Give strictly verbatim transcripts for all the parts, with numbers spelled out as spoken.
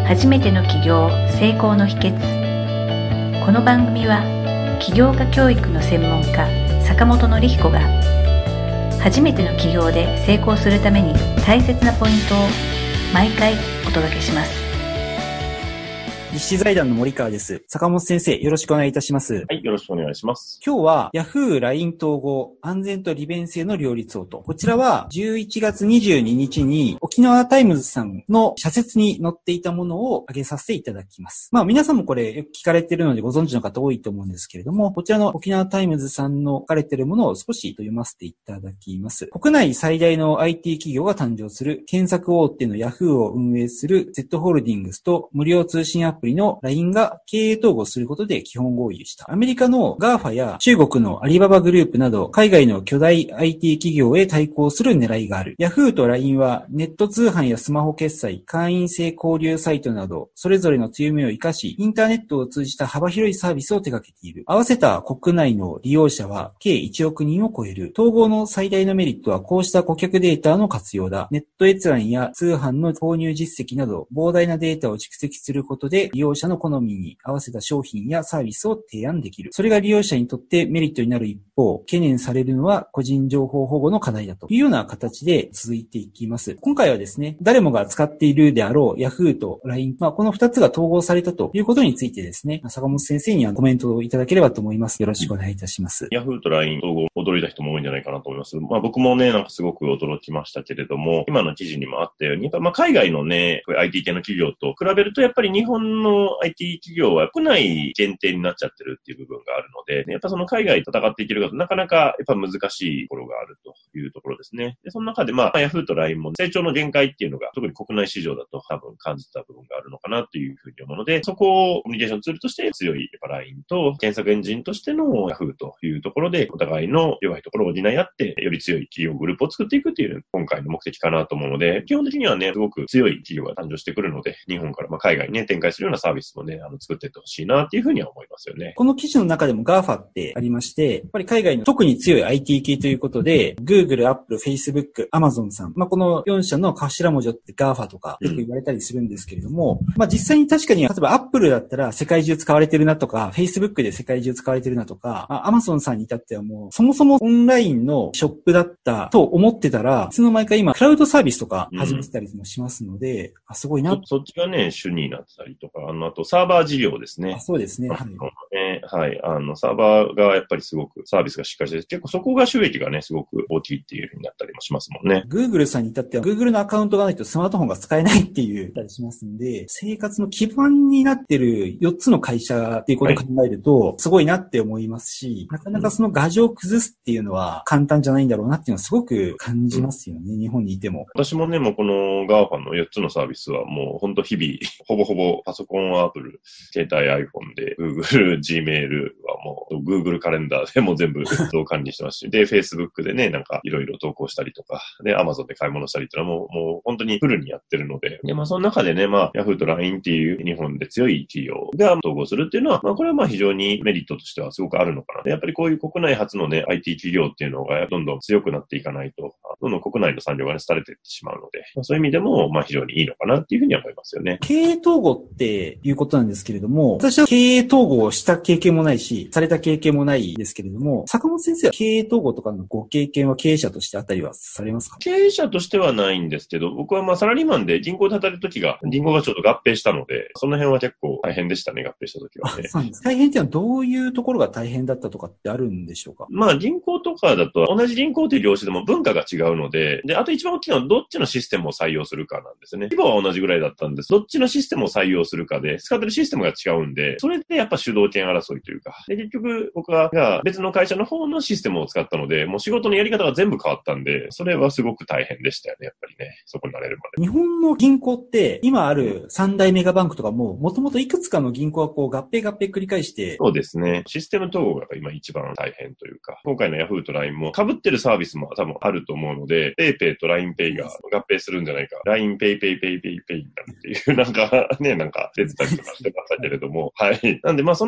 初めての起業成功の秘訣。この番組は起業家教育の専門家坂本典彦が初めての起業で成功するために大切なポイントを毎回お届けします。 立志財団の森川です。坂本先生、よろしくお願いいたします。 はい、よろしくお願いします。 今日は Yahoo ライン 統合、安全と利便性の両立をと。こちらはじゅういちがつにじゅうににちに沖縄タイムズさんの社説に載っていたものを挙げさせていただきます。まあ皆さんもこれよく聞かれているのでご存知の方多いと思うんですけれども、こちらの沖縄タイムズさんの書かれているものを少し読ませていただきます。国内最大の アイティー 企業が誕生する検索大手の Yahoo を運営する Z ホールディングスと無料通信アプリの ライン が経営統合することで基本合意した。アメリカの ガーファ や中国のアリババグループなど海外の巨大 アイティー 企業へ対抗する狙いがある。Yahoo と ライン はネット通販やスマホ決済、会員制交流サイトなどそれぞれの強みを生かし、インターネットを通じた幅広いサービスを手掛けている。合わせた国内の利用者は計いちおくにんを超える。統合の最大のメリットはこうした顧客データの活用だ。ネット閲覧や通販の購入実績など膨大なデータを蓄積することで利用者の好みに合わせた商品やサービスを提案できる。それが利用者にとってメリットになる一方、懸念されるのは個人情報保護の課題だというような形で続いていきます。今回はですね、誰もが使っているであろう Yahoo と ライン、まあ、このふたつが統合されたということについてですね、坂本先生にはコメントをいただければと思います。よろしくお願いいたします。 Yahoo と ライン 統合驚いた人も多いんじゃないかなと思います。まあ僕もね、なんかすごく驚きましたけれども、今の記事にもあったように、やっぱまあ海外のね、アイティー 系の企業と比べるとやっぱり日本の アイティー 企業は国内限定になっちゃってるっていう部分があるので、やっぱその海外戦っていけるかとなかなかやっぱ難しいところがあるというところですね。で、その中でまあ Yahoo と ライン も成長の限界っていうのが特に国内市場だと多分感じた部分があるのかなというふうに思うので、そこをコミュニケーションツールとして強いやっぱ ライン と検索エンジンとしての Yahoo というところでお互いの弱いところを補い合ってより強い企業グループを作っていくっていう今回の目的かなと思うので、基本的にはね、すごく強い企業が誕生してくるので、日本からまあ海外にね、展開するようなサービスもね、あの作っていってほしいなっていうふうには思いますよね。 この記事の中でも ガーファ ってありまして、やっぱり海外の特に強い アイティー 系ということで、Google、Apple、Facebook、Amazon さん、まあ、このよん社の頭文字をって ガーファ とかよく言われたりするんですけれども、うん、まあ、実際に確かに、例えば Apple だったら世界中使われてるなとか、Facebook で世界中使われてるなとか、まあ、Amazon さんに至ってはもう、そもそもオンラインのショップだったと思ってたら、いつの間にか今、クラウドサービスとか始めてたりもしますので、うん、あ、すごいなそ。そっちがね、主になってたりとか、あの、あとサーバー事業ですね。 あ、そうですね。はい。 ね、はい。あの、サーバーがやっぱりすごくサービスがしっかりして、結構そこが収益がね、すごく大きいっていう風になったりもしますもんね。 Google さんに至っては Google のアカウントがないとスマートフォンが使えないっていうたりしますんで、生活の基盤になってるよっつの会社っていうことを考えると、すごいなって思いますし、はい、なかなかその牙城を崩すっていうのは簡単じゃないんだろうなっていうのはすごく感じますよね、うん、日本にいても。 私もね、もうこの ガーファ のよっつのサービスはもうほんと日々、ほぼほぼパソコン、アプリ、携帯 iPhone で Google、Gmail はもう Google カレンダーでも全部自動管理してますし、で、Facebook でね、なんかいろいろ投稿したりとか、で、Amazon で買い物したりっていうのはもう、もう本当にフルにやってるので、で、まあその中でね、まあ Yahoo と ライン っていう日本で強い企業が統合するっていうのは、まあこれはまあ非常にメリットとしてはすごくあるのかな。で、やっぱりこういう国内初のね、アイティー 企業っていうのがどんどん強くなっていかないと、どんどん国内の産業がね、廃れていってしまうので、まあ、そういう意味でも、まあ非常にいいのかなっていうふうには思いますよね。 経営統合っていうことなんですけれども、私は経営統合をした経験もないし、された経験もないですけれども、坂本先生は経営統合とかのご経験は経営者としてあったりはされますか？ 経営者としてはないんですけど、僕はまあサラリーマンで銀行で働いた時が、銀行がちょっと合併したので、その辺は結構大変でしたね、合併した時はね。 そうなんです。大変っていうのはどういうところが大変だったとかってあるんでしょうか？ まあ銀行とかだと、同じ銀行という業種でも文化が違うので、で、あと一番大きいのはどっちのシステムを採用するかなんですね。規模は同じぐらいだったんです。どっちのシステムを採用するかで、使ってるシステムが違うんで、それでやっぱ主導権争いというか、で、結局僕は別の会社の方のシステムを使ったので、もう仕事のやり方が全部変わったんで、それはすごく大変でしたよね、やっぱりね。そこになれるまで。 日本の銀行って、今ある三大メガバンクとかも、もともといくつかの銀行がこう合併合併繰り返して。 そうですね。システム統合が今一番大変というか、今回の Yahoo と ライン も被ってるサービスも多分あると思うので、PayPay と ラインペイ が合併するんじゃないか。ラインペイペイペイペイペイなんていう、なんかね、なんか出てたりとかしてましたけれども、はい。なんでまあその辺をね、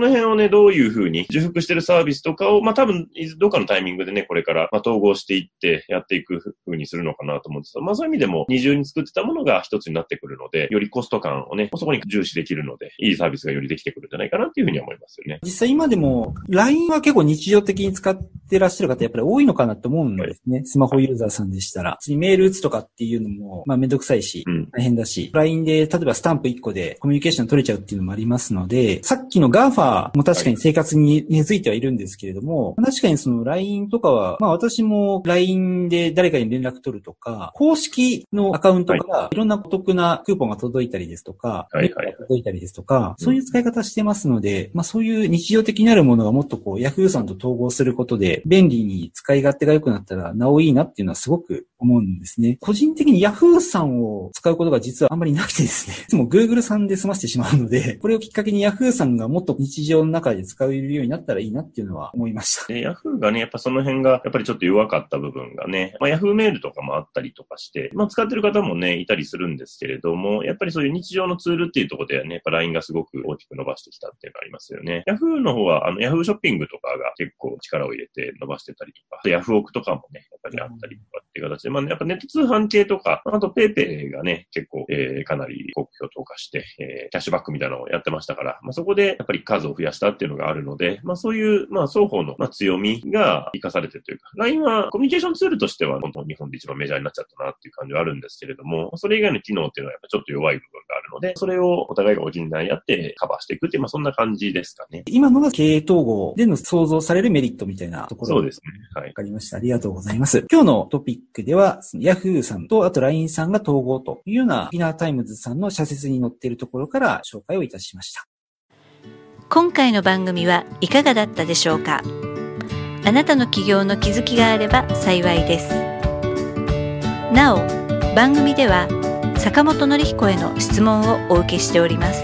どういうふうに重複してるサービスとかを、まあ多分、どっかのタイミングでね、これから、まあ、統合していってやっていくふうにするのかなと思うんですけど、まあそういう意味でも二重に作ってたものが一つになってくるので、よりコスト感をね、そこに重視できるので、いいサービスがよりできてくるんじゃないかなっていうふうに思いますよね。 実際今でも ライン は結構日常的に使ってらっしゃる方やっぱり多いのかなと思うんですね。はい、スマホユーザーさんでしたら。メール打つとかっていうのも、まあめんどくさいし、大変だし、うん、ライン で例えばスタンプいっこでコミュニケーション取れちゃうっていうのもありますので、さっきの ガーファ も確かに生活に根付いてはいるんですけれども、はい、確かにその ライン とかは、まあ私も ライン で誰かに連絡取るとか、公式のアカウントからいろんなお得なクーポンが届いたりですとか、はい、が届いたりですとか、そういう使い方してますので、まあそういう日常的になるものがもっとこう Yahoo さんと統合することで便利に使い勝手が良くなったらなおいいなっていうのはすごく思うんですね。個人的に Yahoo さんを使うことが実はあんまりなくてですね、いつも Google さんで済ませてしまうので、これをきっかけに Yahoo さんがもっと日常の中で使えるようになったらいいなっていうのは思いました。 Yahoo がね、やっぱその辺がやっぱりちょっと弱かった部分がね、まあ Yahoo メールとかもあったりとかして、まあ使ってる方もね、いたりするんですけれども、やっぱりそういう日常のツールっていうところではね、やっぱ ライン がすごく大きく伸ばしてきたっていうのがありますよね。Yahoo の方は、あの Yahoo ショッピングとかが結構力を入れて伸ばしてたりとか、Yahoo オクとかもね、やっぱりあったりとかっていう形で、まあ、ね、やっぱネット通販系とか、あと PayPay がね、結構、えー、かなり広告表投下して、えー、キャッシュバックみたいなのをやってましたから、まあ、そこでやっぱり数を増やしたっていうのがあるので、まあそういう、まあ双方の、まあ、強みが活かされてるというか、ライン はコミュニケーションツールとしては本当日本で一番メジャーになっちゃったなっていう感じはあるんですけれども、それ以外の機能っていうのはやっぱちょっと弱い部分があるので、それをお互いが補い合ってカバーしていくっていう、まあそんな感じですかね。 今のが経営統合での想像されるメリットみたいなところ。 そうですね。はい。 わかりました。ありがとうございます。今日のトピックでは、Yahoo さんとあと ライン さんが統合というような、沖縄タイムズさんの社説に載っているところから紹介をいたしました。 今回の番組はいかがだったでしょうか。あなたの起業の気づきがあれば幸いです。なお、番組では坂本典彦への質問をお受けしております。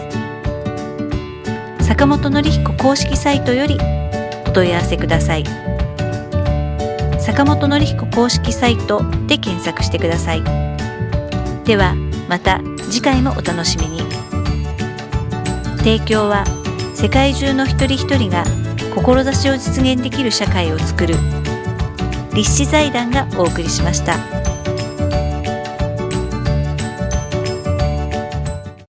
坂本典彦公式サイトよりお問い合わせください。坂本典彦公式サイトで検索してください。ではまた次回もお楽しみに。提供は世界中の一人一人が志を実現できる社会を作る立志財団がお送りしました。